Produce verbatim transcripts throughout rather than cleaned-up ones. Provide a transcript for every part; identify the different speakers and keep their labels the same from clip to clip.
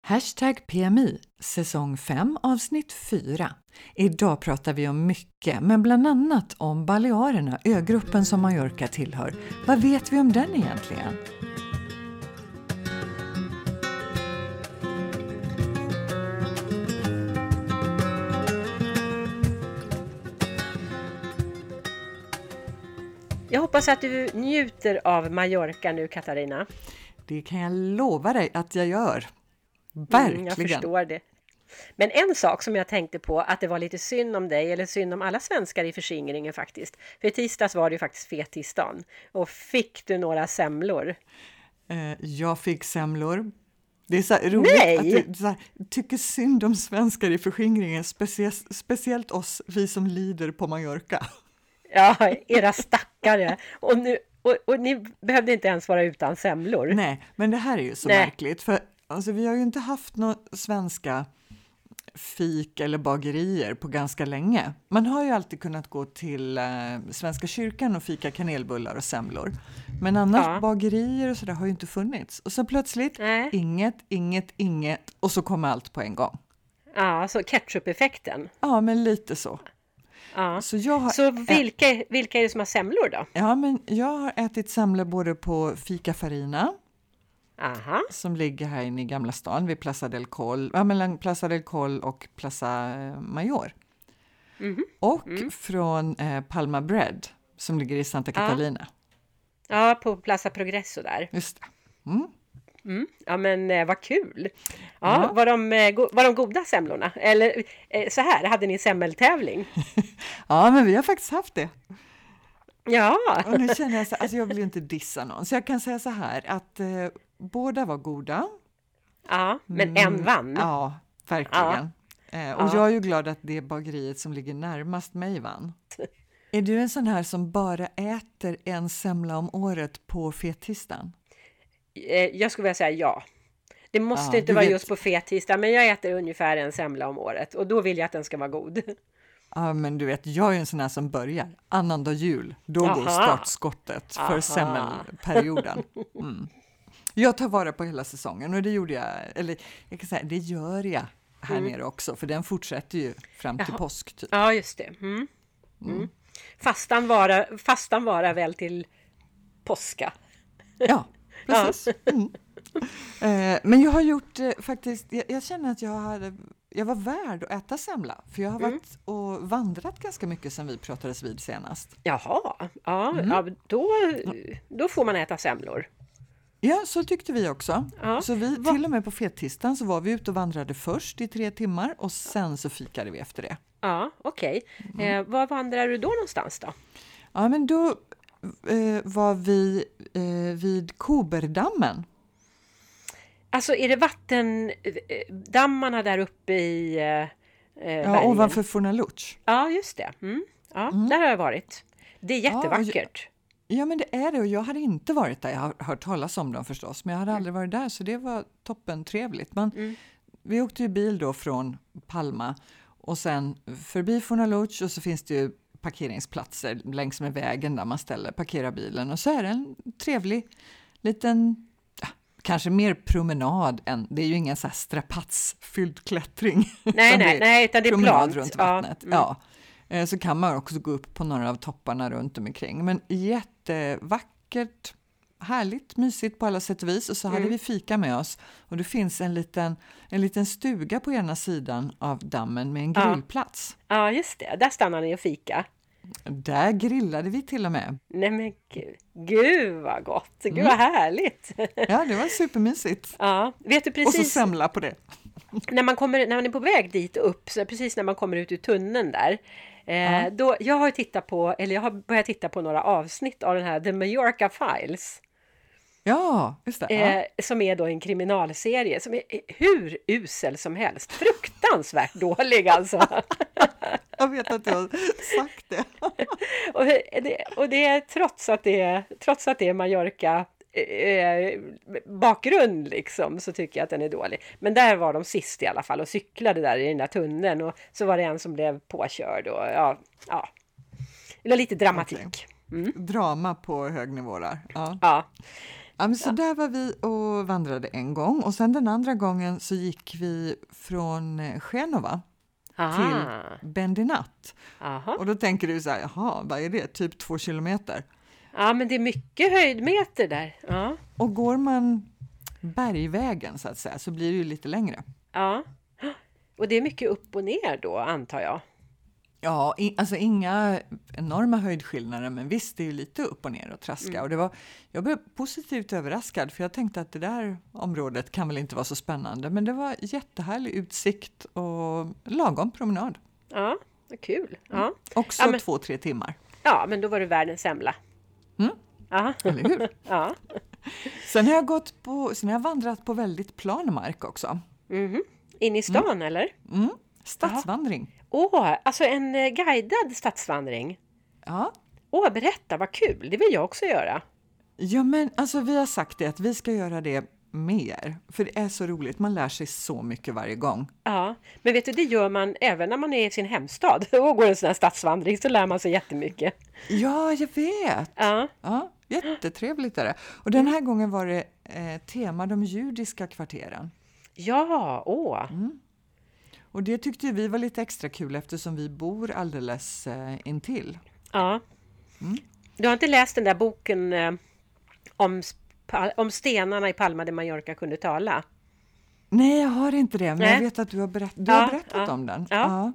Speaker 1: Hashtag P M I, säsong fem, avsnitt fyra. Idag pratar vi om mycket, men bland annat om Balearerna, ögruppen som Mallorca tillhör. Vad vet vi om den egentligen?
Speaker 2: Jag hoppas att du njuter av Mallorca nu, Katarina.
Speaker 1: Det kan jag lova dig att jag gör. Verkligen.
Speaker 2: Mm, jag förstår det. Men en sak som jag tänkte på, att det var lite synd om dig, eller synd om alla svenskar i förskingringen faktiskt. För i tisdags var det ju faktiskt fettisdagen. Och fick du några semlor?
Speaker 1: Eh, jag fick semlor. Det är så här roligt
Speaker 2: Nej!
Speaker 1: att du så här, tycker synd om svenskar i förskingringen. Specie- speciellt oss, vi som lider på Mallorca.
Speaker 2: Ja, era stackare. Och, nu, och, och ni behövde inte ens vara utan semlor.
Speaker 1: Nej, men det här är ju så
Speaker 2: Nej.
Speaker 1: märkligt. För alltså, vi har ju inte haft några svenska fik eller bagerier på ganska länge. Man har ju alltid kunnat gå till eh, Svenska kyrkan och fika kanelbullar och semlor. Men annars
Speaker 2: Ja.
Speaker 1: bagerier och sådär har ju inte funnits. Och så plötsligt,
Speaker 2: Nej.
Speaker 1: inget, inget, inget. Och så kommer allt på en gång.
Speaker 2: Ja, så ketchup-effekten.
Speaker 1: Ja, men lite så.
Speaker 2: Ja.
Speaker 1: Så, jag har
Speaker 2: Så vilka, vilka är det som har semlor då?
Speaker 1: Ja, men jag har ätit semlor både på Fika Farina,
Speaker 2: Aha.
Speaker 1: som ligger här inne i Gamla stan vid Plaza del Col, ja, mellan Plaza del Col och Plaza eh, Mayor.
Speaker 2: Mhm.
Speaker 1: Och
Speaker 2: Mm.
Speaker 1: från eh, Palma Bread som ligger i Santa Catalina.
Speaker 2: Ja, på Plaza Progresso där.
Speaker 1: Just det. Mm.
Speaker 2: Mm. Ja, men eh, vad kul. Ja,
Speaker 1: Ja.
Speaker 2: Var, de, eh, go- var de goda semlorna? Eller eh, så här, hade ni semmeltävling?
Speaker 1: Ja, men vi har faktiskt haft det.
Speaker 2: Ja.
Speaker 1: Och nu känner jag så, alltså jag vill ju inte dissa någon. Så jag kan säga så här att eh, båda var goda.
Speaker 2: Ja, men
Speaker 1: Mm,
Speaker 2: en vann.
Speaker 1: Ja, verkligen. Eh, och
Speaker 2: Ja.
Speaker 1: jag är ju glad att det bageriet som ligger närmast mig vann. Är du en sån här som bara äter en semla om året på fettisdagen?
Speaker 2: Eh, Jag skulle vilja säga ja. Det måste
Speaker 1: Ja,
Speaker 2: inte
Speaker 1: du
Speaker 2: vara
Speaker 1: vet-
Speaker 2: just på fettisdag, men jag äter ungefär en semla om året. Och då vill jag att den ska vara god.
Speaker 1: Ja, men du vet, jag är en sån här som börjar. Annandag jul, då går
Speaker 2: Aha.
Speaker 1: startskottet för
Speaker 2: Aha.
Speaker 1: semmelperioden. Mm. Jag tar vara på hela säsongen och det gjorde jag, eller jag kan säga, det gör jag här
Speaker 2: Mm.
Speaker 1: nere också. För den fortsätter ju fram till
Speaker 2: Jaha.
Speaker 1: påsk typ.
Speaker 2: Ja, just det. Mm. Mm. Fastan varar fastan vara väl till påska.
Speaker 1: Ja, precis. Mm. Eh, men jag har gjort eh, faktiskt, jag, jag känner att jag, hade, jag var värd att äta semla. För jag har
Speaker 2: Mm.
Speaker 1: varit och vandrat ganska mycket sedan vi pratades vid senast.
Speaker 2: Jaha, ja,
Speaker 1: Mm.
Speaker 2: ja då, då får man äta semlor.
Speaker 1: Ja, så tyckte vi också.
Speaker 2: Ja.
Speaker 1: Så vi,
Speaker 2: Va-
Speaker 1: till och med på fettisdagen så var vi ute och vandrade först i tre timmar och sen så fikade vi efter det.
Speaker 2: Ja, okej.
Speaker 1: Mm.
Speaker 2: Eh, var vandrar du då någonstans då?
Speaker 1: Ja, men då eh, var vi eh, vid Koberdammen.
Speaker 2: Alltså är det vattendammarna där uppe i eh, eh,
Speaker 1: Ja,
Speaker 2: bergen?
Speaker 1: ovanför Fornaluch.
Speaker 2: Ja, just det. Mm. Ja,
Speaker 1: Mm.
Speaker 2: där har jag varit. Det är
Speaker 1: Ja, och jag-
Speaker 2: jättevackert.
Speaker 1: Ja, men det är det och jag hade inte varit där. Jag har hört talas om dem förstås, men jag hade aldrig varit där så det var toppen trevligt. Men
Speaker 2: Mm.
Speaker 1: vi åkte ju bil då från Palma och sen förbi Fornaluch och så finns det ju parkeringsplatser längs med vägen där man ställer parkerar bilen och så är det en trevlig liten, ja, kanske mer promenad än, det är ju ingen så här strapatsfylld klättring.
Speaker 2: Nej,
Speaker 1: utan det
Speaker 2: nej,
Speaker 1: är
Speaker 2: nej, utan det är
Speaker 1: promenad
Speaker 2: plant.
Speaker 1: runt
Speaker 2: Ja,
Speaker 1: vattnet.
Speaker 2: mm.
Speaker 1: Ja. Eh, Så kan man också gå upp på några av topparna runt omkring. Men jättevackert, härligt, mysigt på alla sätt och vis. Och så hade
Speaker 2: Mm.
Speaker 1: vi fika med oss. Och det finns en liten, en liten stuga på ena sidan av dammen med en
Speaker 2: Ja.
Speaker 1: grillplats.
Speaker 2: Ja, just det. Där stannar ni och fika.
Speaker 1: Där grillade vi till och med.
Speaker 2: Nej men gud, gud vad gott, gud
Speaker 1: Mm.
Speaker 2: vad härligt.
Speaker 1: Ja, det var supermysigt.
Speaker 2: Ja, vet du
Speaker 1: Och så
Speaker 2: precis
Speaker 1: semla på det.
Speaker 2: när man kommer, när man är på väg dit upp, så precis när man kommer ut ur tunneln där. Eh,
Speaker 1: Ja.
Speaker 2: då, jag har tittat på, eller jag har börjat titta på några avsnitt av den här The Mallorca Files.
Speaker 1: Ja, just det. Ja.
Speaker 2: Eh, som är då en kriminalserie som är hur usel som helst. Fruktansvärt dålig alltså.
Speaker 1: Jag vet att du har sagt det.
Speaker 2: och, det, och det är trots att det är, trots att det är Mallorca eh, bakgrund liksom, så tycker jag att den är dålig. Men där var de sist i alla fall och cyklade där i den där tunneln och så var det en som blev påkörd och ja, ja. Det var lite dramatik.
Speaker 1: Okej. Drama på hög nivå där. Ja.
Speaker 2: Ja.
Speaker 1: Ja, men så där var vi och vandrade en gång. Och sen den andra gången så gick vi från Genova
Speaker 2: Aha.
Speaker 1: till Bendinat.
Speaker 2: Aha.
Speaker 1: Och då tänker du så här, jaha, vad är det? Typ två kilometer.
Speaker 2: Ja, men det är mycket höjdmeter där. Ja.
Speaker 1: Och går man bergvägen så att säga så blir det ju lite längre.
Speaker 2: Ja. Och det är mycket upp och ner då, antar jag.
Speaker 1: Ja, i, alltså inga enorma höjdskillnader, men visst det är ju lite upp och ner och traska. Mm. Och det var, jag blev positivt överraskad för jag tänkte att det där området kan väl inte vara så spännande. Men det var jättehärlig utsikt och lagom promenad.
Speaker 2: Ja, vad kul. Ja.
Speaker 1: Mm. Också
Speaker 2: ja, men,
Speaker 1: två, tre timmar.
Speaker 2: Ja, men då var det världens semla.
Speaker 1: Mm.
Speaker 2: Ja.
Speaker 1: Eller hur?
Speaker 2: Ja.
Speaker 1: Sen har jag gått på, sen har jag vandrat på väldigt plan mark också.
Speaker 2: Mm-hmm. In i stan mm. eller?
Speaker 1: Mm. Stadsvandring.
Speaker 2: Åh, oh, alltså en eh, guidad stadsvandring.
Speaker 1: Ja.
Speaker 2: Åh, oh, berätta, vad kul. Det vill jag också göra.
Speaker 1: Ja, men alltså vi har sagt det att vi ska göra det mer. För det är så roligt, man lär sig så mycket varje gång.
Speaker 2: Ja, men vet du, det gör man även när man är i sin hemstad och går en sån här stadsvandring så lär man sig jättemycket.
Speaker 1: Ja, jag vet.
Speaker 2: Ja.
Speaker 1: Ja, jättetrevligt är det. Och den här gången var det eh, tema de judiska kvarteren.
Speaker 2: Ja, åh.
Speaker 1: Mm. Och det tyckte vi var lite extra kul eftersom vi bor alldeles eh, intill.
Speaker 2: Ja.
Speaker 1: Mm.
Speaker 2: Du har inte läst den där boken eh, om, om stenarna i Palma de Mallorca kunde tala?
Speaker 1: Nej, jag har inte det. Men
Speaker 2: nej.
Speaker 1: Jag vet att du har, berätt, du
Speaker 2: ja,
Speaker 1: har berättat
Speaker 2: ja.
Speaker 1: om den.
Speaker 2: Ja.
Speaker 1: Ja.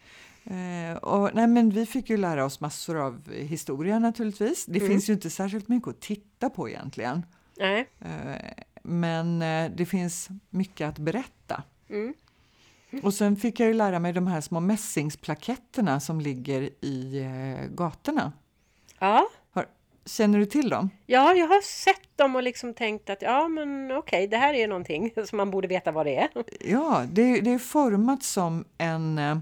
Speaker 2: Mm.
Speaker 1: Eh, och, nej, men vi fick ju lära oss massor av historia naturligtvis. Det mm. finns ju inte särskilt mycket att titta på egentligen.
Speaker 2: Nej.
Speaker 1: Eh, men eh, det finns mycket att berätta.
Speaker 2: Mm.
Speaker 1: Och sen fick jag ju lära mig de här små mässingsplaketterna som ligger i eh, gatorna.
Speaker 2: Ja.
Speaker 1: Har, känner du till dem?
Speaker 2: Ja, jag har sett dem och liksom tänkt att ja, men okej, okay, det här är någonting som man borde veta vad det är.
Speaker 1: Ja, det, det är format som en... Eh,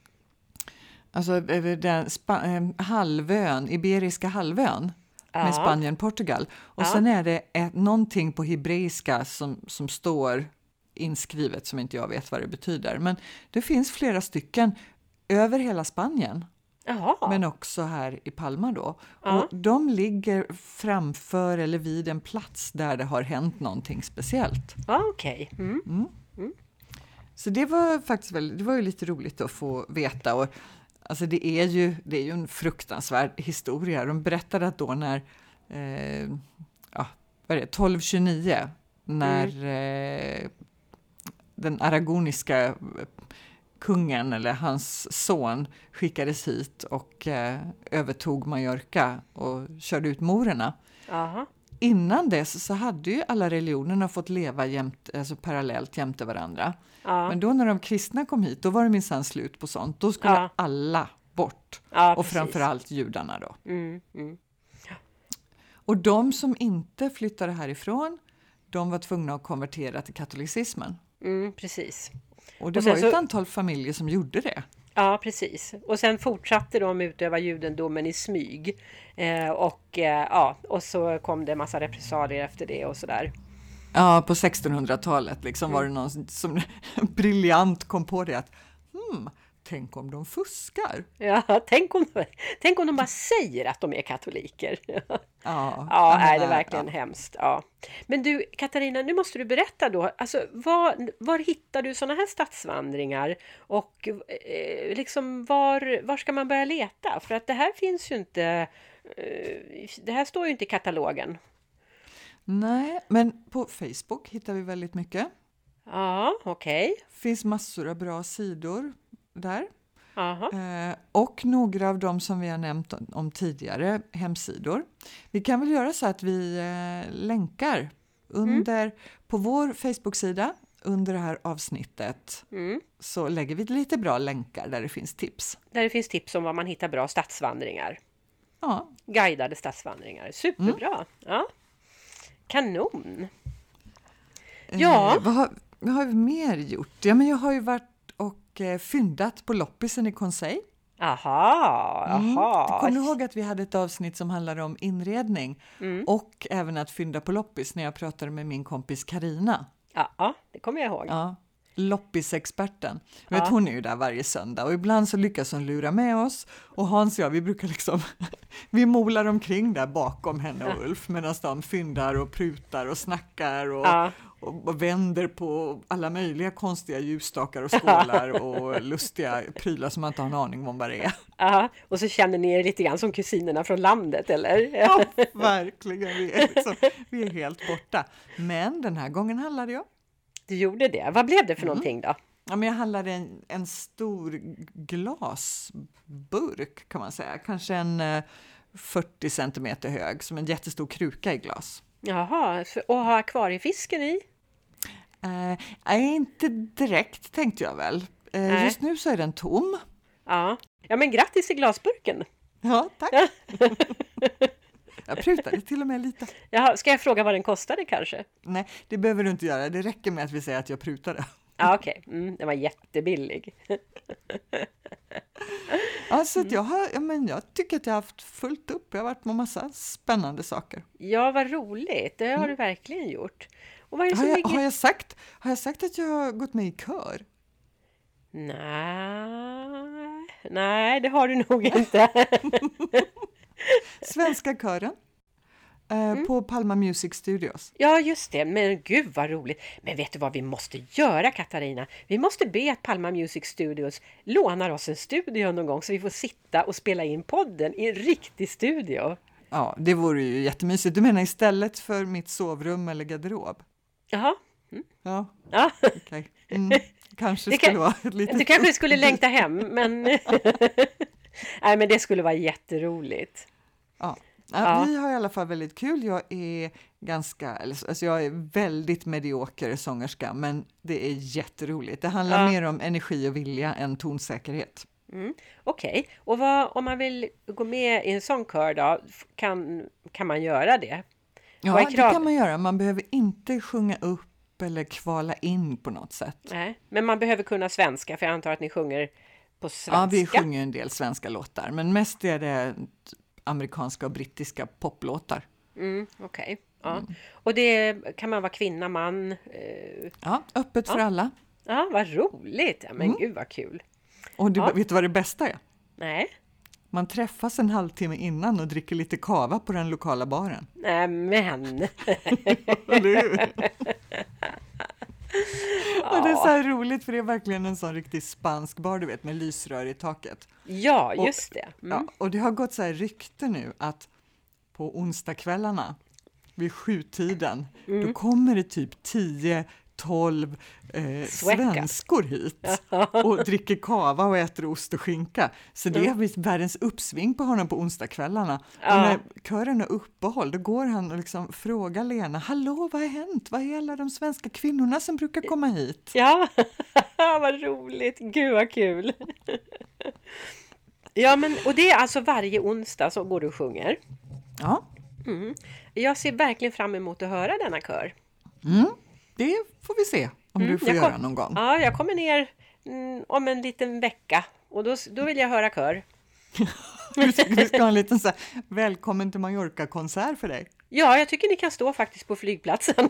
Speaker 1: alltså den spa, eh, halvön, Iberiska halvön.
Speaker 2: Ja.
Speaker 1: Med Spanien, Portugal. Och
Speaker 2: ja.
Speaker 1: sen är det ett, någonting på hebreiska som, som står inskrivet som inte jag vet vad det betyder. Men det finns flera stycken över hela Spanien.
Speaker 2: Jaha.
Speaker 1: Men också här i Palma då.
Speaker 2: Ja.
Speaker 1: Och de ligger framför eller vid en plats där det har hänt någonting speciellt.
Speaker 2: Ja, okej. Okay. Mm.
Speaker 1: Mm. Mm. Så det var faktiskt väldigt, det var ju lite roligt att få veta. Och alltså det är ju, det är ju en fruktansvärd historia. De berättade att då när eh, ja, vad är det, tolv tjugonio när mm. eh, den aragoniska kungen eller hans son skickades hit och eh, övertog Mallorca och körde ut morerna.
Speaker 2: Aha.
Speaker 1: Innan dess så hade ju alla religionerna fått leva jämt, alltså parallellt jämte varandra.
Speaker 2: Ja.
Speaker 1: Men då när de kristna kom hit, då var det minsann slut på sånt. Då skulle
Speaker 2: ja.
Speaker 1: alla bort.
Speaker 2: Ja,
Speaker 1: och framförallt judarna då.
Speaker 2: Mm, mm.
Speaker 1: Ja. Och de som inte flyttade härifrån, de var tvungna att konvertera till katolicismen.
Speaker 2: Mm, precis.
Speaker 1: Och det
Speaker 2: och
Speaker 1: var ju
Speaker 2: så...
Speaker 1: ett antal familjer som gjorde det.
Speaker 2: Ja, precis. Och sen fortsatte de utöva judendomen i smyg. Eh, och, eh, ja, och så kom det en massa repressalier efter det och sådär.
Speaker 1: Ja, på sextonhundratalet liksom
Speaker 2: Mm.
Speaker 1: var det någon som briljant kom på det att hmm, tänk om de fuskar.
Speaker 2: Ja, tänk om, tänk om de bara säger att de är katoliker. Ja,
Speaker 1: ja,
Speaker 2: ja
Speaker 1: menar,
Speaker 2: är det verkligen
Speaker 1: ja.
Speaker 2: hemskt. Ja. Men du, Katarina, nu måste du berätta då. Alltså, var, var hittar du såna här stadsvandringar? Och eh, liksom var, var ska man börja leta? För att det här finns ju inte... Eh, det här står ju inte i katalogen.
Speaker 1: Nej, men på Facebook hittar vi väldigt mycket.
Speaker 2: Ja, okej. Okay.
Speaker 1: Finns massor av bra sidor där.
Speaker 2: Aha.
Speaker 1: Eh, och några av dem som vi har nämnt om tidigare, hemsidor. Vi kan väl göra så att vi eh, länkar under, mm. på vår Facebook-sida under det här avsnittet. Mm. Så lägger vi lite bra länkar där det finns tips.
Speaker 2: Där det finns tips om var man hittar bra stadsvandringar.
Speaker 1: Ja.
Speaker 2: Guidade stadsvandringar. Superbra. Mm. Ja. Kanon. Ja.
Speaker 1: Eh, vad, har, vad har vi mer gjort? Ja, men jag har ju varit och eh, fyndat på loppisen i Conseil.
Speaker 2: Aha, aha.
Speaker 1: Mm. Kommer du ihåg att vi hade ett avsnitt som handlade om inredning mm. och även att fynda på loppis när jag pratade med min kompis Karina?
Speaker 2: Ja, det kommer jag ihåg.
Speaker 1: Ja. loppisexperten.
Speaker 2: Ja.
Speaker 1: Vet, hon är ju där varje söndag och ibland så lyckas hon lura med oss och Hans och jag, vi brukar liksom vi molar omkring där bakom henne och Ulf medan de fyndar och prutar och snackar och,
Speaker 2: Ja.
Speaker 1: och, och vänder på alla möjliga konstiga ljusstakar och skålar och lustiga prylar som man inte har en aning om vad det är.
Speaker 2: Ja, och så känner ni er lite grann som kusinerna från landet, eller?
Speaker 1: Ja, verkligen. Vi är, liksom, vi är helt borta. Men den här gången handlade jag.
Speaker 2: Du gjorde det. Vad blev det för
Speaker 1: Mm.
Speaker 2: någonting då?
Speaker 1: Ja, men jag handlade en, en stor glasburk kan man säga. Kanske en eh, fyrtio centimeter hög, som en jättestor kruka i glas.
Speaker 2: Jaha, så- och ha akvariefisken i?
Speaker 1: Eh, nej, inte direkt tänkte jag väl. Eh,
Speaker 2: Nej.
Speaker 1: just nu så är den tom.
Speaker 2: Ja. Ja, men grattis till glasburken.
Speaker 1: Ja, tack. Jag prutade till och med lite.
Speaker 2: Jaha, ska jag fråga vad den kostade kanske?
Speaker 1: Nej, det behöver du inte göra. Det räcker med att vi säger att jag prutade.
Speaker 2: Ja, okej. Mm, den var jättebillig.
Speaker 1: Alltså, att jag, har, ja, men jag tycker att jag har haft fullt upp. Jag har varit med massa spännande saker.
Speaker 2: Ja, vad roligt. Det har du verkligen gjort. Och vad är det som
Speaker 1: Har jag,
Speaker 2: ligger...
Speaker 1: har, jag sagt, har jag sagt att jag har gått med i kör?
Speaker 2: Nej, nej, det har du nog inte.
Speaker 1: Svenska kören eh,
Speaker 2: Mm.
Speaker 1: på Palma Music Studios.
Speaker 2: Ja, just det. Men gud vad roligt. Men vet du vad vi måste göra, Katarina? Vi måste be att Palma Music Studios lånar oss en studio någon gång så vi får sitta och spela in podden i en riktig studio.
Speaker 1: Ja, det vore ju jättemysigt. Du menar istället för mitt sovrum eller garderob?
Speaker 2: Jaha.
Speaker 1: Ja,
Speaker 2: Ja.
Speaker 1: okej. Mm, kanske
Speaker 2: Det
Speaker 1: skulle
Speaker 2: kan-
Speaker 1: vara ett litet...
Speaker 2: Du kanske skulle längta hem, men... Nej, men det skulle vara jätteroligt.
Speaker 1: Ja.
Speaker 2: Ja.
Speaker 1: Ja, vi har i alla fall väldigt kul. Jag är ganska, eller, alltså jag är väldigt medioker sångerska, men det är jätteroligt. Det handlar
Speaker 2: Ja.
Speaker 1: mer om energi och vilja än tonsäkerhet.
Speaker 2: Mm. Okej, och vad, om man vill gå med i en sån kör då, kan, kan man göra det? Vad
Speaker 1: Ja,
Speaker 2: är
Speaker 1: det
Speaker 2: krav-
Speaker 1: kan man göra. Man behöver inte sjunga upp eller kvala in på något sätt.
Speaker 2: Nej, men man behöver kunna svenska, för jag antar att ni sjunger på svenska.
Speaker 1: Ja, vi sjunger en del svenska låtar, men mest är det amerikanska och brittiska poplåtar.
Speaker 2: Mm, Okej, ja. Och det kan man vara kvinna, man. Eh,
Speaker 1: Ja, öppet för
Speaker 2: Ja.
Speaker 1: alla.
Speaker 2: ja, vad roligt. Ja, men
Speaker 1: Mm.
Speaker 2: gud vad kul.
Speaker 1: Och du,
Speaker 2: Ja.
Speaker 1: vet du vad det bästa är?
Speaker 2: Nej,
Speaker 1: Man träffas en halvtimme innan och dricker lite kava på den lokala baren.
Speaker 2: nej men.
Speaker 1: Eller hur? Och det är så här roligt, för det är verkligen en sån riktig spansk bar, du vet, med lysrör i taket.
Speaker 2: Ja,
Speaker 1: Och-
Speaker 2: just det. Mm.
Speaker 1: Ja, och det har gått så här rykte nu att på onsdagskvällarna vid sjutiden,
Speaker 2: Mm.
Speaker 1: då kommer det typ tio tolv eh,
Speaker 2: Svecka.
Speaker 1: svenskor hit och dricker kava och äter ost och skinka. Så det har blivit världens uppsving på honom på onsdagskvällarna.
Speaker 2: Ja.
Speaker 1: Och när kören har uppehåll, då går han och liksom frågar Lena, hallå, vad har hänt? Vad är alla de svenska kvinnorna som brukar komma hit?
Speaker 2: Ja, vad roligt. Gud vad kul. Ja, men och det är alltså varje onsdag som går du och sjunger.
Speaker 1: Ja,
Speaker 2: Mm. Jag ser verkligen fram emot att höra denna kör.
Speaker 1: mm, det får vi se om
Speaker 2: Mm,
Speaker 1: du får
Speaker 2: jag
Speaker 1: göra
Speaker 2: kom-
Speaker 1: någon gång.
Speaker 2: Ja, jag kommer ner mm, om en liten vecka och då, då vill jag höra kör.
Speaker 1: Vi ska, vi ska ha en liten så här, välkommen till Mallorca-konsert för dig.
Speaker 2: Ja, jag tycker ni kan stå faktiskt på flygplatsen.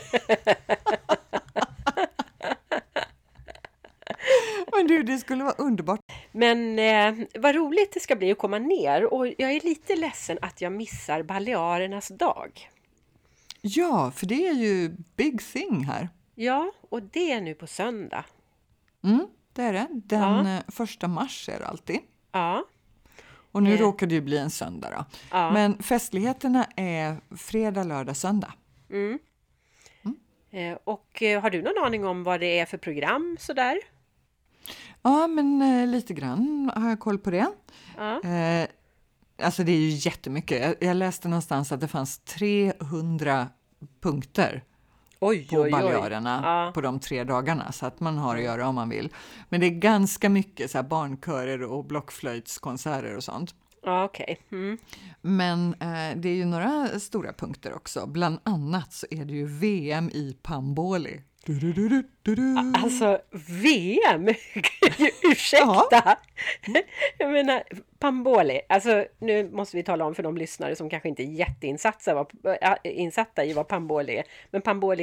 Speaker 1: Men du, det skulle vara underbart.
Speaker 2: Men eh, vad roligt det ska bli att komma ner, och jag är lite ledsen att jag missar Balearernas dag.
Speaker 1: Ja, för det är ju big thing här.
Speaker 2: Ja, och det är nu på söndag.
Speaker 1: Mm, det är det. Den
Speaker 2: Ja.
Speaker 1: eh, första mars är det alltid.
Speaker 2: Ja,
Speaker 1: Och nu
Speaker 2: Eh.
Speaker 1: råkar det ju bli en söndag då.
Speaker 2: ja.
Speaker 1: Men festligheterna är fredag, lördag, söndag.
Speaker 2: Mm. Eh, och eh, har du någon aning om vad det är för program sådär?
Speaker 1: Ja, men eh, lite grann har jag koll på det.
Speaker 2: Ja.
Speaker 1: Eh, alltså det är ju jättemycket. Jag, jag läste någonstans att det fanns trehundra punkter
Speaker 2: Oj,
Speaker 1: på Balearerna
Speaker 2: Ja.
Speaker 1: på de tre dagarna, så att man har att göra om man vill. Men det är ganska mycket så här barnkörer och blockflöjtskonserter och sånt.
Speaker 2: Ja, okej. Mm.
Speaker 1: Men eh, det är ju några stora punkter också. Bland annat så är det ju V M i Pamboli. Du, du, du, du, du, du.
Speaker 2: Alltså, V M? Ursäkta! Jag menar, Pamboli. Alltså, nu måste vi tala om för de lyssnare som kanske inte är jätteinsatta vad, äh, insatta i vad Pamboli är. Men Pamboli är en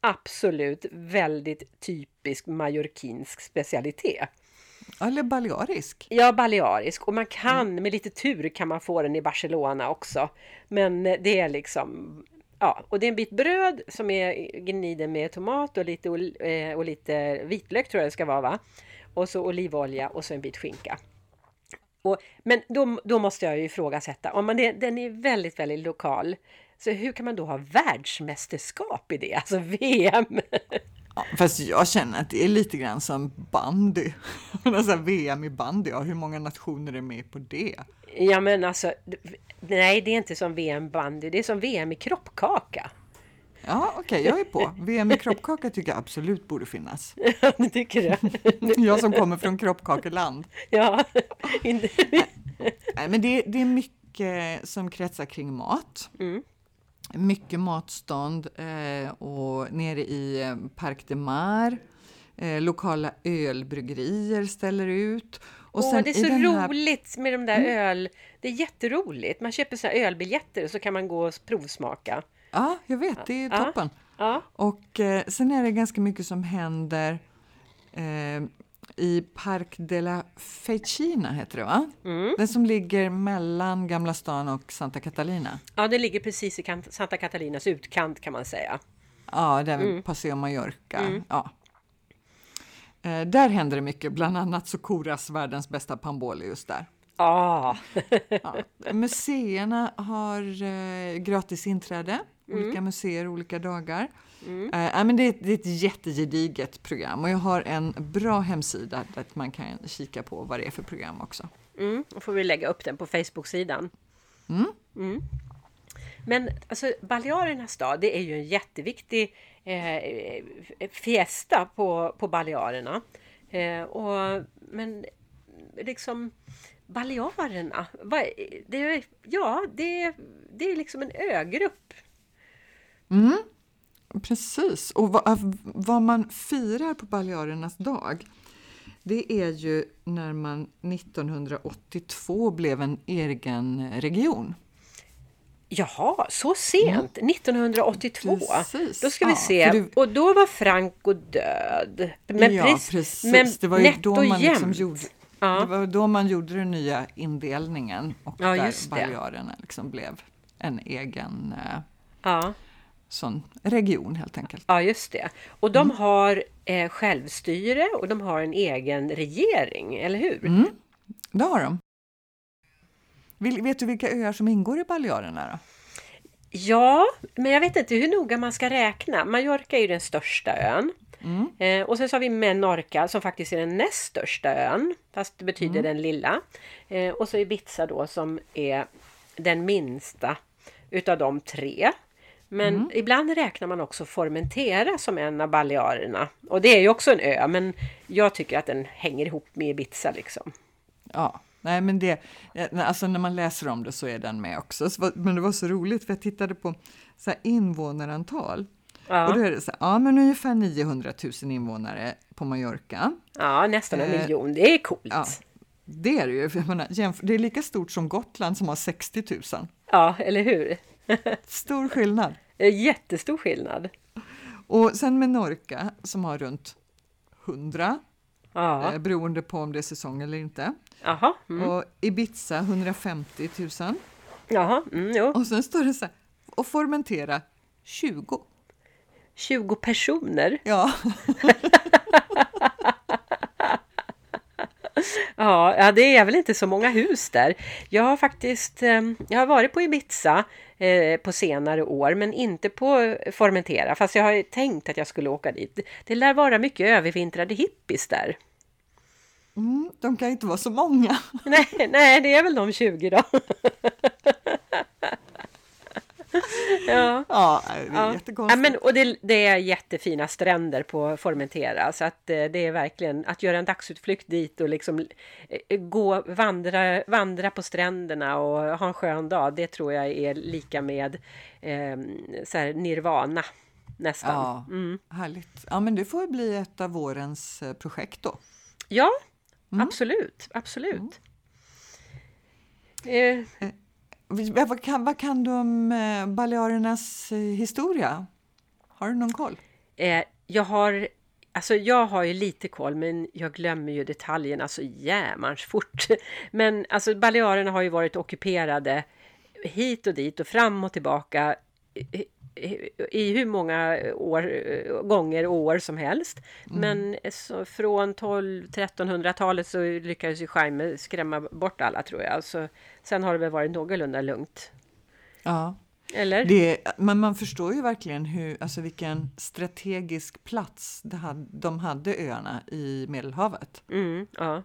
Speaker 2: absolut väldigt typisk mallorquinsk specialitet.
Speaker 1: Eller balearisk.
Speaker 2: Ja, balearisk. Och man kan, mm. med lite tur kan man få den i Barcelona också. Men det är liksom, ja, och det är en bit bröd som är gniden med tomat och lite, och lite vitlök tror jag det ska vara, va? Och så olivolja och så en bit skinka. Och, men då, då måste jag ju ifrågasätta, om man det, den är väldigt, väldigt lokal. Så hur kan man då ha världsmästerskap i det? Alltså V M.
Speaker 1: Ja, fast jag känner att det är lite grann som bandy. Alltså V M i bandy, ja, hur många nationer är med på det?
Speaker 2: Ja men alltså, nej det är inte som V M bandy, det är som V M i kroppkaka.
Speaker 1: Ja okej, okay, jag är på. V M i kroppkaka tycker jag absolut borde finnas.
Speaker 2: Ja, det tycker du.
Speaker 1: Jag som kommer från kroppkakeland.
Speaker 2: Ja. Inte.
Speaker 1: Nej men det, det är mycket som kretsar kring mat. Mm. Mycket matstånd eh, och nere i eh, Parc de Mar. Eh, lokala ölbryggerier ställer ut. Och
Speaker 2: Åh,
Speaker 1: sen
Speaker 2: det är så
Speaker 1: här...
Speaker 2: roligt med de där mm. öl. Det är jätteroligt. Man köper så här ölbiljetter och så kan man gå och provsmaka.
Speaker 1: Ja, jag vet. Det är
Speaker 2: ja.
Speaker 1: toppen.
Speaker 2: Ja.
Speaker 1: Och eh, sen är det ganska mycket som händer eh, i Parc de la Fecina heter det, va? Mm. Den som ligger mellan Gamla stan och Santa Catalina.
Speaker 2: Ja, det ligger precis i Santa Catalinas utkant kan man säga.
Speaker 1: Ja, där vid mm. Paseo Mallorca. Mm. Ja. Eh, där händer det mycket. Bland annat så koras världens bästa pamboli just där.
Speaker 2: Ah.
Speaker 1: Ja. Museerna har eh, gratis inträde. Olika mm. museer, olika dagar. Mm. Eh, men det, är, det är ett jättegediget program. Och jag har en bra hemsida där man kan kika på vad det är för program också.
Speaker 2: Mm. Då får vi lägga upp den på Facebook-sidan.
Speaker 1: Mm.
Speaker 2: Mm. Men alltså, Balearernas dag, det är ju en jätteviktig eh, fiesta på, på Balearerna. Eh, och, men liksom Balearerna, vad, det, ja, det, det är liksom en ögrupp.
Speaker 1: Mm, precis. Och vad, vad man firar på Balearernas dag, det är ju när man nittonhundraåttiotvå blev en egen region.
Speaker 2: Jaha, så sent? Mm. nittonhundraåttiotvå? Precis. Då ska vi ja, se. Du... Och då var Franco död. Men
Speaker 1: ja,
Speaker 2: precis.
Speaker 1: precis.
Speaker 2: Men
Speaker 1: det var ju då man liksom gjorde, ja. det var då man gjorde den nya indelningen. Och
Speaker 2: ja,
Speaker 1: där Balearerna liksom blev en egen eh,
Speaker 2: ja.
Speaker 1: sån region helt enkelt.
Speaker 2: Ja, just det. Och de mm. har eh, självstyre och de har en egen regering, eller hur?
Speaker 1: Mm. Det har de. Vet du vilka öar som ingår i Balearerna då?
Speaker 2: Ja, men jag vet inte hur noga man ska räkna. Mallorca är ju den största ön. Mm. Eh, och sen så har vi Menorca som faktiskt är den näst största ön. Fast det betyder mm. den lilla. Eh, och så Ibiza då som är den minsta utav de tre. Men mm. ibland räknar man också Formentera som en av Balearerna. Och det är ju också en ö, men jag tycker att den hänger ihop med Ibiza liksom.
Speaker 1: Ja. Nej, men det, alltså när man läser om det så är den med också. Men det var så roligt för jag tittade på så här invånarantal. Ja. Och då är det så här, ja men ungefär niohundratusen invånare på Mallorca.
Speaker 2: Ja, nästan en eh, miljon. Det är coolt. Ja,
Speaker 1: det är det ju. Jag menar, det är lika stort som Gotland som har sextio tusen.
Speaker 2: Ja, eller hur?
Speaker 1: Stor skillnad.
Speaker 2: Jättestor skillnad.
Speaker 1: Och sen Menorca som har runt hundra.
Speaker 2: Ja.
Speaker 1: Eh, beroende på om det är säsong eller inte.
Speaker 2: Aha, mm.
Speaker 1: Och Ibiza hundrafemtio tusen.
Speaker 2: Jaha, mm, jo.
Speaker 1: Och sen står det så här, och Formentera tjugo.
Speaker 2: tjugo personer?
Speaker 1: Ja.
Speaker 2: ja, ja, det är väl inte så många hus där. Jag har faktiskt, eh, jag har varit på Ibiza eh, på senare år, men inte på Formentera. Fast jag har tänkt att jag skulle åka dit. Det lär vara mycket övervintrade hippies där.
Speaker 1: Mm, de kan inte vara så många.
Speaker 2: nej, nej, det är väl de tjugo då. ja.
Speaker 1: ja, det är ja. jättekonstigt.
Speaker 2: Ja, men, och det, det är jättefina stränder på Formentera. Så att det är verkligen att göra en dagsutflykt dit och liksom gå, vandra, vandra på stränderna och ha en skön dag. Det tror jag är lika med eh, så här nirvana nästan.
Speaker 1: Ja, mm. härligt. Ja, men det får bli ett av vårens projekt då.
Speaker 2: Ja, mm. absolut, absolut.
Speaker 1: Mm. Eh. Vad kan, vad kan du om eh, Balearernas eh, historia? Har du någon koll?
Speaker 2: Eh, jag har Alltså jag har ju lite koll, men jag glömmer ju detaljerna så jämans fort. Men alltså Balearerna har ju varit ockuperade hit och dit och fram och tillbaka i, i, i hur många år, gånger och år som helst. Mm. Men så från tolv-trettonhundratalet så lyckades ju Jaime skrämma bort alla, tror jag. Alltså, sen har det väl varit någorlunda lugnt.
Speaker 1: Ja.
Speaker 2: Eller?
Speaker 1: Det, men man förstår ju verkligen hur, alltså vilken strategisk plats det hade, de hade öarna i Medelhavet.
Speaker 2: Mm, ja.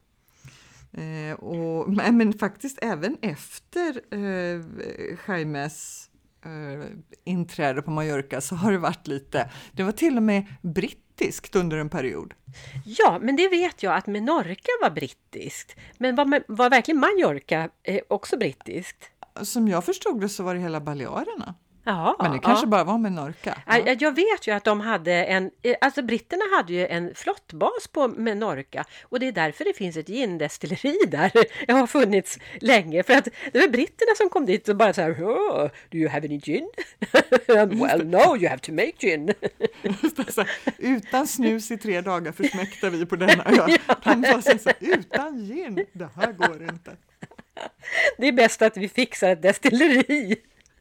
Speaker 1: Eh, och, men, men faktiskt även efter eh, Jaimes eh, inträde på Mallorca så har det varit lite, det var till och med brittiskt under en period.
Speaker 2: Ja, men det vet jag att Menorca var brittiskt. Men var, var verkligen Mallorca eh, också brittiskt?
Speaker 1: Som jag förstod det så var det hela Balearerna.
Speaker 2: Ja,
Speaker 1: men det kanske
Speaker 2: ja.
Speaker 1: bara var Menorca. Ja.
Speaker 2: Jag vet ju att de hade en, alltså britterna hade ju en flottbas på Menorca och det är därför det finns ett gindestilleri där. Det har funnits länge för att det var britterna som kom dit och bara så här, oh, do you have any gin? Well, no, you have to make gin.
Speaker 1: Så, utan snus i tre dagar försmäktar vi på denna ö. Han var så, så, utan gin, det här går inte.
Speaker 2: Det är bäst att vi fixar ett destilleri.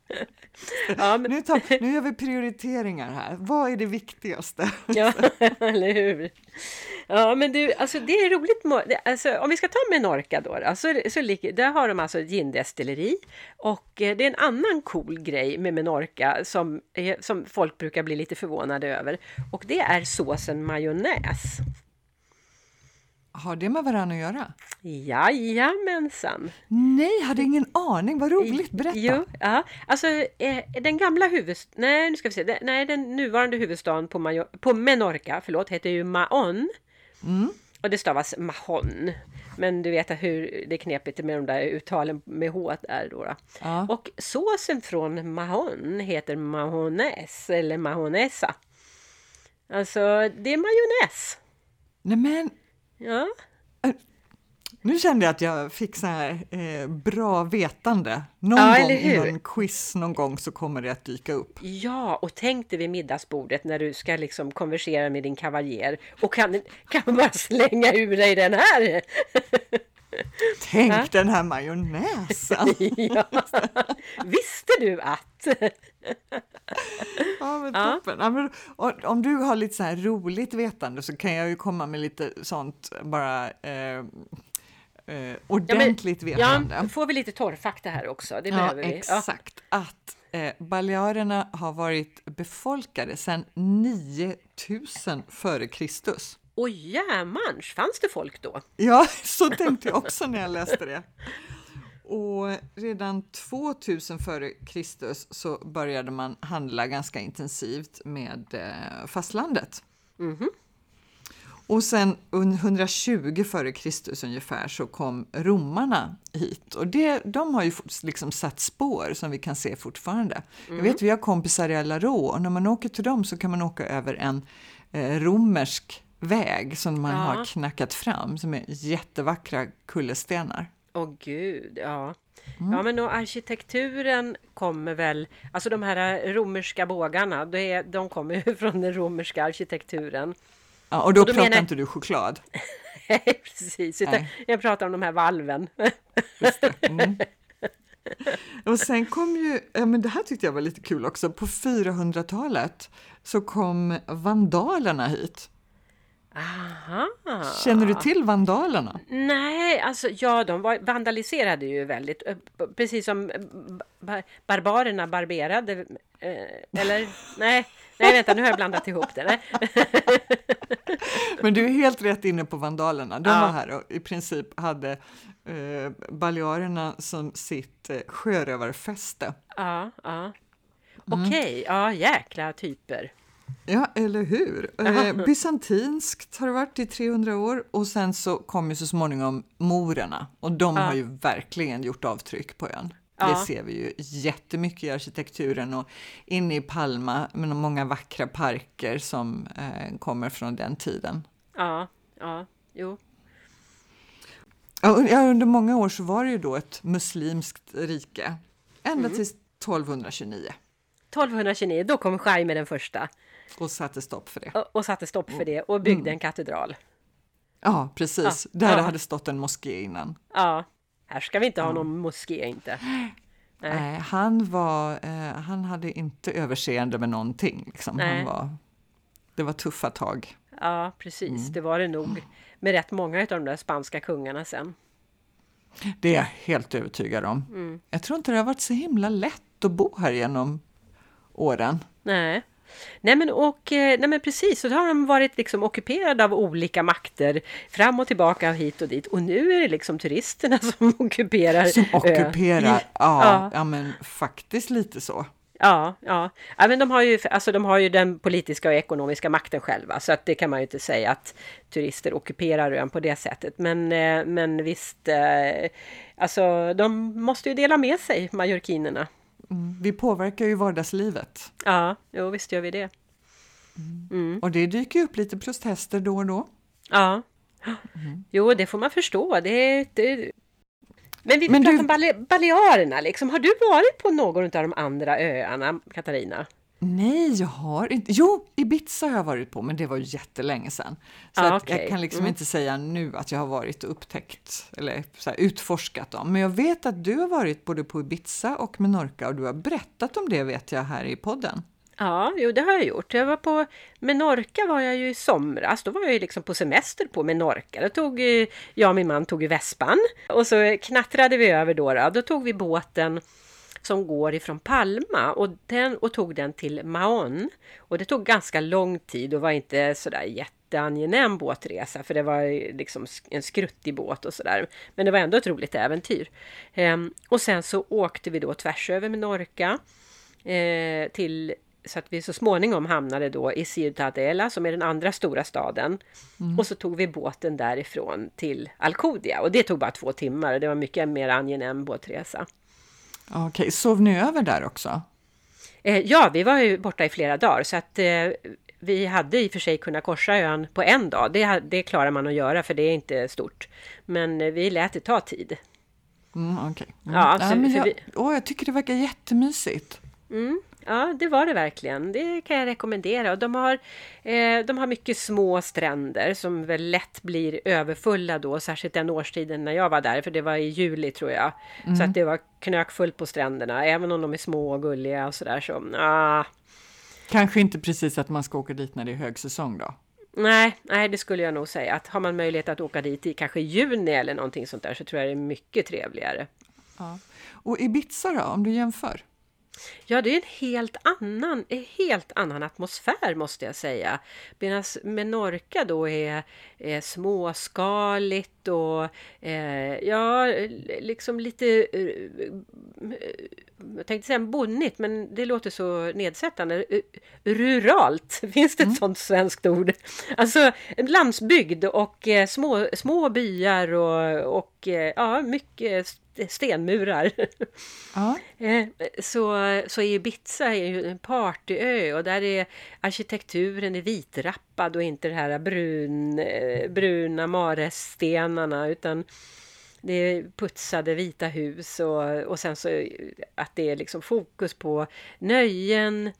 Speaker 1: Ja, men... nu, tar, nu gör vi prioriteringar här. Vad är det viktigaste?
Speaker 2: Ja, eller hur? Ja, men du, alltså det är roligt. Alltså, om vi ska ta Menorca då, alltså, så där har de alltså ett gindestilleri. Och det är en annan cool grej med Menorca som, som folk brukar bli lite förvånade över. Och det är såsen majonnäs.
Speaker 1: Har det med varandra att göra?
Speaker 2: Jajamensan.
Speaker 1: Nej, hade ingen aning. Vad roligt, berätta.
Speaker 2: Jo, ja. Alltså eh, den gamla huvudstaden, nej nu ska vi se, den, nej den nuvarande huvudstaden på, Major- på Menorca, förlåt, heter ju Mahón.
Speaker 1: Mm.
Speaker 2: Och det stavas Mahón. Men du vet hur det är knepigt med de där uttalen med H där då. då.
Speaker 1: Ja.
Speaker 2: Och såsen från Mahón heter mahonäs eller mahonesa. Alltså det är majonnäs.
Speaker 1: Nej men...
Speaker 2: Ja.
Speaker 1: Nu kände jag att jag fick så här eh, bra vetande. Någon
Speaker 2: ja,
Speaker 1: gång i någon quiz någon gång så kommer det att dyka upp.
Speaker 2: Ja, och tänk dig vid middagsbordet när du ska liksom konversera med din kavaljer. Och kan, kan man bara slänga ur dig den här?
Speaker 1: Tänk ha? Den här majonnäsen.
Speaker 2: Ja. Visste du att?
Speaker 1: Ja, men toppen. Ja. Ja, men, om du har lite så här roligt vetande så kan jag ju komma med lite sånt bara eh, eh, ordentligt
Speaker 2: ja, men,
Speaker 1: vetande.
Speaker 2: Ja, får vi lite torrfakta här också. Det
Speaker 1: ja,
Speaker 2: behöver vi.
Speaker 1: Exakt. Ja. Att eh, Balearerna har varit befolkade sedan nio tusen före Kristus.
Speaker 2: Oj, jämans, fanns det folk då?
Speaker 1: Ja, så tänkte jag också när jag läste det. Och redan tvåtusen före Kristus så började man handla ganska intensivt med eh, fastlandet.
Speaker 2: Mm-hmm.
Speaker 1: Och sen hundratjugo före Kristus ungefär så kom romarna hit. Och det, de har ju liksom satt spår som vi kan se fortfarande. Mm. Jag vet, vi har kompisar i Alarå och när man åker till dem så kan man åka över en eh, romersk väg som man ja. har knackat fram som är jättevackra kullerstenar.
Speaker 2: Åh oh, gud, ja. Mm. Ja, men och arkitekturen kommer väl, alltså de här romerska bågarna, det är, de kommer ju från den romerska arkitekturen.
Speaker 1: Ja, och då, och då pratar menar... inte du choklad.
Speaker 2: Nej, precis. Utan jag pratar om de här valven.
Speaker 1: Just det. Mm. Och sen kom ju, ja, men det här tyckte jag var lite kul också, på fyrahundratalet så kom vandalerna hit.
Speaker 2: Aha.
Speaker 1: Känner du till vandalerna?
Speaker 2: Nej, alltså ja, de var, vandaliserade ju väldigt, precis som bar, barbarerna barberade, eh, eller nej, nej vänta, nu har jag blandat ihop det. Nej.
Speaker 1: Men du är helt rätt inne på vandalerna, de
Speaker 2: ja.
Speaker 1: var här och i princip hade eh, Balearerna som sitt eh, sjörövarfäste.
Speaker 2: Ja, ja. Mm. Okej, okay, ja, jäkla typer.
Speaker 1: Ja, eller hur? Eh, bysantinskt har det varit i trehundra år och sen så kom ju så småningom morerna och de ja. har ju verkligen gjort avtryck på ön. Ja. Det ser vi ju jättemycket i arkitekturen och inne i Palma med många vackra parker som eh, kommer från den tiden.
Speaker 2: Ja, ja, jo.
Speaker 1: Ja, under många år så var det ju då ett muslimskt rike ända mm. till tolvhundratjugonio.
Speaker 2: tolvhundratjugonio, då kom Jaime den första.
Speaker 1: Och satte stopp för det.
Speaker 2: Och, och satte stopp för det och byggde
Speaker 1: Mm.
Speaker 2: en katedral.
Speaker 1: Ja, precis.
Speaker 2: Ja,
Speaker 1: Där
Speaker 2: ja.
Speaker 1: det hade stått en moské innan.
Speaker 2: Ja, här ska vi inte ha
Speaker 1: Ja.
Speaker 2: någon moské inte. Nej.
Speaker 1: Nej, han, var, eh, han hade inte överseende med någonting. Liksom.
Speaker 2: Nej.
Speaker 1: Han var, det var tuffa tag.
Speaker 2: Ja, precis.
Speaker 1: Mm.
Speaker 2: Det var det nog med rätt många av de där spanska kungarna sen.
Speaker 1: Det är jag helt övertygad om.
Speaker 2: Mm.
Speaker 1: Jag tror inte det har varit så himla lätt att bo här genom åren.
Speaker 2: Nej. Nej men, och, eh, nej men precis, så då har de varit liksom ockuperade av olika makter fram och tillbaka och hit och dit. Och nu är det liksom turisterna som ockuperar.
Speaker 1: Som ockuperar,
Speaker 2: ö.
Speaker 1: ja,
Speaker 2: Ja.
Speaker 1: ja men faktiskt lite så.
Speaker 2: Ja, ja. ja men de har, ju, alltså de har ju den politiska och ekonomiska makten själva. Så att det kan man ju inte säga att turister ockuperar ön på det sättet. Men, eh, men visst, eh, alltså de måste ju dela med sig, majorkinerna.
Speaker 1: Mm. Vi påverkar ju vardagslivet.
Speaker 2: Ja, jo, visst gör vi det. Mm.
Speaker 1: Och det dyker ju upp lite protester då och då.
Speaker 2: Ja,
Speaker 1: Mm.
Speaker 2: jo det får man förstå. Det, det... Men vi
Speaker 1: Men
Speaker 2: pratar
Speaker 1: du-
Speaker 2: om Bale- Balearerna liksom. Har du varit på någon av de andra öarna, Katarina?
Speaker 1: Nej, jag har inte. Jo, Ibiza har jag varit på, men det var ju jättelänge sedan. Så
Speaker 2: Ah,
Speaker 1: att
Speaker 2: okej.
Speaker 1: jag kan liksom
Speaker 2: Mm.
Speaker 1: inte säga nu att jag har varit och upptäckt eller så här, utforskat dem. Men jag vet att du har varit både på Ibiza och Menorca och du har berättat om det, vet jag, här i podden.
Speaker 2: Ja, jo det har jag gjort. Jag var på Menorca var jag ju i somras. Då var jag ju liksom på semester på Menorca. Då tog eh, jag och min man tog ju vespan och så knattrade vi över då. Då, då tog vi båten som går ifrån Palma och, den, och tog den till Mahón. Och det tog ganska lång tid och var inte sådär jätteangenäm båtresa för det var ju liksom en skruttig båt och sådär. Men det var ändå ett roligt äventyr. Ehm, och sen så åkte vi då tvärs över Menorca eh, till så att vi så småningom hamnade då i Ciutadella som är den andra stora staden.
Speaker 1: Mm.
Speaker 2: Och så tog vi båten därifrån till Alcudia. Och det tog bara två timmar och det var mycket mer angenäm båtresa.
Speaker 1: Okej, sov ni över där också?
Speaker 2: Eh, ja, vi var ju borta i flera dagar så att eh, vi hade i och för sig kunnat korsa ön på en dag. Det, det klarar man att göra för det är inte stort. Men eh, vi lät det ta tid.
Speaker 1: Mm, okej. Mm.
Speaker 2: Ja,
Speaker 1: Nej,
Speaker 2: så-
Speaker 1: men
Speaker 2: för
Speaker 1: jag,
Speaker 2: vi-
Speaker 1: åh, jag tycker det verkar jättemysigt.
Speaker 2: Mm, ja, det var det verkligen. Det kan jag rekommendera. Och de har, eh, de har mycket små stränder som väl lätt blir överfulla då, särskilt den årstiden när jag var där, för det var i juli tror jag. Så att det var knökfullt på stränderna, även om de är små och gulliga och sådär. Så, ah,
Speaker 1: Kanske inte precis att man ska åka dit när det är högsäsong då.
Speaker 2: nej, nej, det skulle jag nog säga. Att har man möjlighet att åka dit i kanske juni eller någonting sånt där så tror jag det är mycket trevligare.
Speaker 1: Ja. Och Ibiza då, om du jämför?
Speaker 2: Ja, det är en helt annan, en helt annan atmosfär måste jag säga. Medan Menorca då är, är småskaligt och eh, ja, liksom lite, eh, jag tänkte säga bonnigt, men det låter så nedsättande. Ruralt, finns det ett
Speaker 1: Mm.
Speaker 2: sånt svenskt ord? Alltså en landsbygd och eh, små, små byar och, och eh, ja, mycket stenmurar.
Speaker 1: Ja.
Speaker 2: Eh, Så, så Ibiza är ju en partyö och där är arkitekturen är vitrappad och inte det här brun, eh, bruna maresstenarna utan det är putsade vita hus och, och sen så att det är liksom fokus på nöjen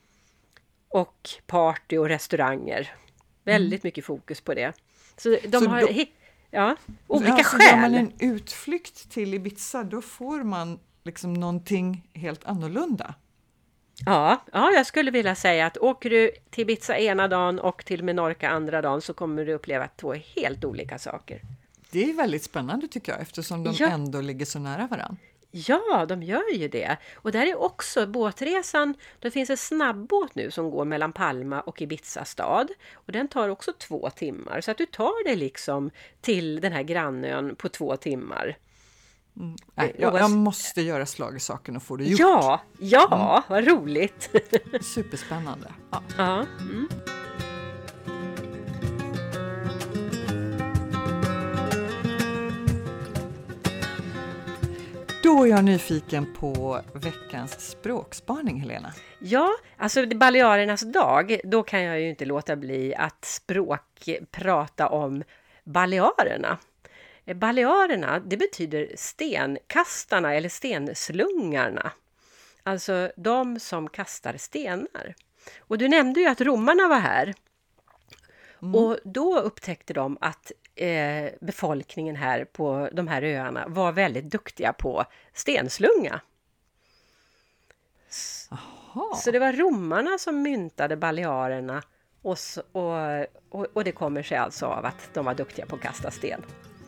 Speaker 2: och party och restauranger. Väldigt mycket fokus på det. Så de
Speaker 1: Så
Speaker 2: har
Speaker 1: då-
Speaker 2: hi- ja, olika
Speaker 1: Ja, så gör man
Speaker 2: skäl.
Speaker 1: en utflykt till Ibiza, då får man liksom någonting helt annorlunda.
Speaker 2: Ja, ja, jag skulle vilja säga att åker du till Ibiza ena dagen och till Menorca andra dagen så kommer du uppleva två helt olika saker.
Speaker 1: Det är väldigt spännande tycker jag, eftersom de
Speaker 2: Ja.
Speaker 1: ändå ligger så nära varandra.
Speaker 2: Ja, de gör ju det. Och där är också båtresan, det finns en snabbåt nu som går mellan Palma och Ibiza stad. Och den tar också två timmar. Så att du tar dig liksom till den här grannön på två timmar.
Speaker 1: Mm. Nej, jag, jag måste göra slag i saken och få det gjort.
Speaker 2: Ja, ja, vad roligt.
Speaker 1: Superspännande. Ja.
Speaker 2: Ja, mm.
Speaker 1: Då är jag nyfiken på veckans språkspaning, Helena.
Speaker 2: Ja, alltså det är Balearernas dag, då kan jag ju inte låta bli att språk prata om Balearerna. Balearerna, det betyder stenkastarna eller stenslungarna. Alltså de som kastar stenar. Och du nämnde ju att romarna var här.
Speaker 1: Mm.
Speaker 2: Och då upptäckte de att eh, befolkningen här på de här öarna var väldigt duktiga på stenslunga.
Speaker 1: Aha.
Speaker 2: Så det var romarna som myntade balearerna och, så, och, och, och det kommer sig alltså av att de var duktiga på att kasta sten.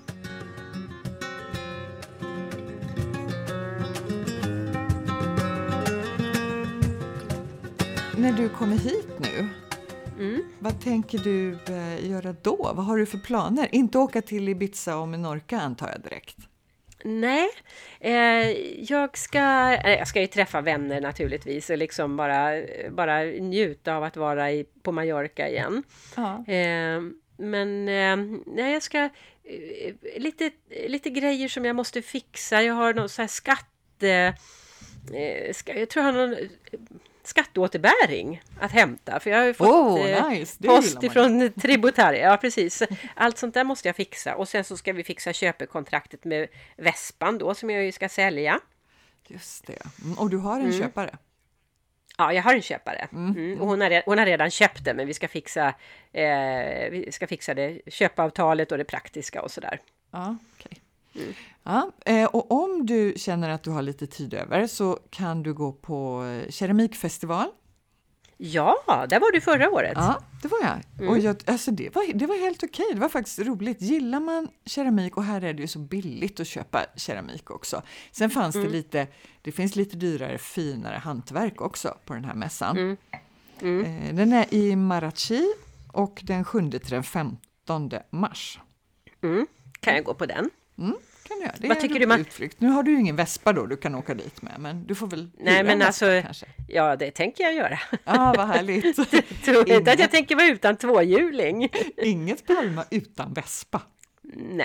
Speaker 1: När du kommer hit nu,
Speaker 2: Mm.
Speaker 1: vad tänker du eh, göra då? Vad har du för planer? Inte åka till Ibiza och Menorca antar jag direkt.
Speaker 2: Nej, eh, jag ska, eh, jag ska ju träffa vänner naturligtvis och liksom bara, bara njuta av att vara i, på Mallorca igen.
Speaker 1: Ja.
Speaker 2: Eh, men eh, nej, jag ska eh, lite, lite grejer som jag måste fixa. Jag har någon så här skatt... Eh, ska, jag tror jag har någon eh, skatteåterbäring att hämta. För jag har ju fått
Speaker 1: Oh,
Speaker 2: eh,
Speaker 1: nice. Det
Speaker 2: post
Speaker 1: gillar man.
Speaker 2: ifrån Tributaria. Ja, precis. Allt sånt där måste jag fixa. Och sen så ska vi fixa köpekontraktet med Vespan då som jag ju ska sälja.
Speaker 1: Just det. Mm, och du har en
Speaker 2: Mm.
Speaker 1: köpare.
Speaker 2: Ja, jag har en köpare.
Speaker 1: Mm.
Speaker 2: Mm. Och hon, har, re- hon har redan köpt det, men vi ska fixa, eh, vi ska fixa det köpavtalet och det praktiska och sådär.
Speaker 1: Ja, okej.
Speaker 2: Mm.
Speaker 1: Ja, eh, och om du känner att du har lite tid över så kan du gå på eh, keramikfestival.
Speaker 2: Ja, där var du förra året.
Speaker 1: Ja, det var jag.
Speaker 2: Mm.
Speaker 1: Och jag, alltså det, var, det var helt okej. Det var faktiskt roligt. Gillar man keramik, och här är det ju så billigt att köpa keramik också. Sen fanns
Speaker 2: Mm.
Speaker 1: det lite, det finns lite dyrare, finare hantverk också på den här mässan.
Speaker 2: Mm. Mm.
Speaker 1: Eh, den är i Marachi och den sjunde till den femtonde mars.
Speaker 2: Mm. Kan jag gå på den?
Speaker 1: Mm, kan du göra. Det
Speaker 2: Vad
Speaker 1: är
Speaker 2: tycker
Speaker 1: en
Speaker 2: du man-
Speaker 1: utflykt. Nu har du ju ingen Vespa då du kan åka dit med, men du får väl
Speaker 2: Nej,
Speaker 1: hyra
Speaker 2: men
Speaker 1: en Vespa
Speaker 2: alltså-
Speaker 1: kanske.
Speaker 2: Ja, det tänker jag göra.
Speaker 1: Ja, vad härligt.
Speaker 2: Tror inte
Speaker 1: Inget-
Speaker 2: att jag tänker vara utan tvåhjuling.
Speaker 1: Inget Palma utan Vespa.
Speaker 2: Nej.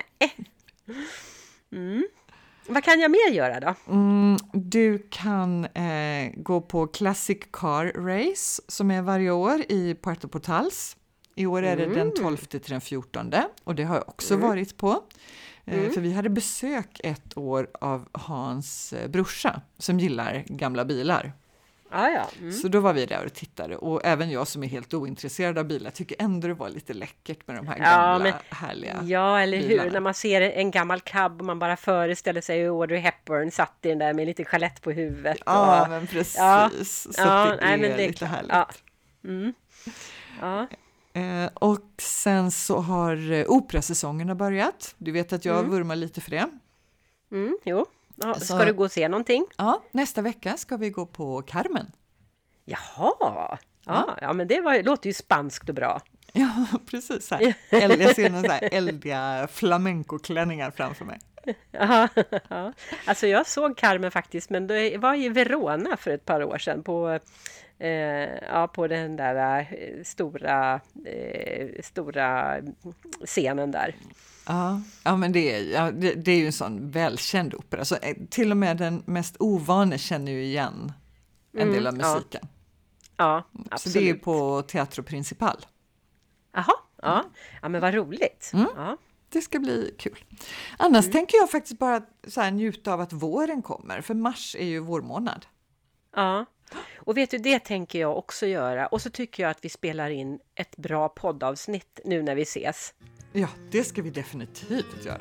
Speaker 2: Mm. Vad kan jag mer göra då?
Speaker 1: Mm, du kan eh, gå på Classic Car Race som är varje år i Puerto Portals. I år är det
Speaker 2: Mm.
Speaker 1: den tolfte till den fjortonde och det har jag också
Speaker 2: Mm.
Speaker 1: varit på. Eh,
Speaker 2: Mm.
Speaker 1: För vi hade besök ett år av Hans eh, brorsa som gillar gamla bilar.
Speaker 2: Ja, ja. Mm.
Speaker 1: Så då var vi där och tittade, och även jag som är helt ointresserad av bilar tycker ändå det var lite läckert med de här
Speaker 2: Ja,
Speaker 1: gamla
Speaker 2: men-
Speaker 1: härliga.
Speaker 2: Ja, eller hur?
Speaker 1: bilarna.
Speaker 2: När man ser en gammal cab och man bara föreställer sig hur Audrey Hepburn satt i den där med lite chalett på huvudet.
Speaker 1: Ja,
Speaker 2: och...
Speaker 1: men precis.
Speaker 2: Ja,
Speaker 1: Så
Speaker 2: ja,
Speaker 1: det
Speaker 2: nej,
Speaker 1: är
Speaker 2: men det är
Speaker 1: lite
Speaker 2: klart.
Speaker 1: härligt.
Speaker 2: Ja. Mm. Ja.
Speaker 1: Eh, och sen så har eh, operasäsongen har börjat. Du vet att jag
Speaker 2: Mm.
Speaker 1: vurmar lite för det.
Speaker 2: Mm, jo. Ja, ska
Speaker 1: Så-
Speaker 2: du gå och se någonting?
Speaker 1: Ja, nästa vecka ska vi gå på Carmen.
Speaker 2: Jaha!
Speaker 1: Ja.
Speaker 2: Ja, ja men det var, låter ju spanskt och bra.
Speaker 1: Ja, precis. Så här. Eld, jag ser några så här eldiga flamenco-klänningar framför mig.
Speaker 2: Ja, ja. Alltså jag såg Carmen faktiskt, men det var i Verona för ett par år sedan på, eh, ja, på den där eh, stora, eh, stora scenen där.
Speaker 1: Ja, ja men det är, ja, det, det är ju en sån välkänd opera. Så, eh, till och med den mest ovane känner ju igen en
Speaker 2: Mm,
Speaker 1: del av
Speaker 2: ja.
Speaker 1: musiken.
Speaker 2: Ja,
Speaker 1: Så
Speaker 2: absolut.
Speaker 1: det är på Teatro Principal.
Speaker 2: Jaha, ja. Ja, men vad roligt.
Speaker 1: Mm.
Speaker 2: Ja.
Speaker 1: Det ska bli kul. Annars
Speaker 2: Mm.
Speaker 1: tänker jag faktiskt bara så här njuta av att våren kommer. För mars är ju vårmånad.
Speaker 2: Ja, och vet du, det tänker jag också göra. Och så tycker jag att vi spelar in ett bra poddavsnitt nu när vi ses.
Speaker 1: Ja, det ska vi definitivt göra.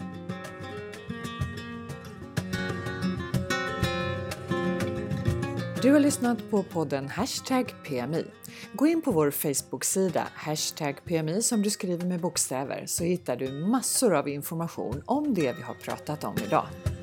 Speaker 1: Du har lyssnat på podden Hashtag P M I. Gå in på vår Facebook-sida Hashtag P M I som du skriver med bokstäver, så hittar du massor av information om det vi har pratat om idag.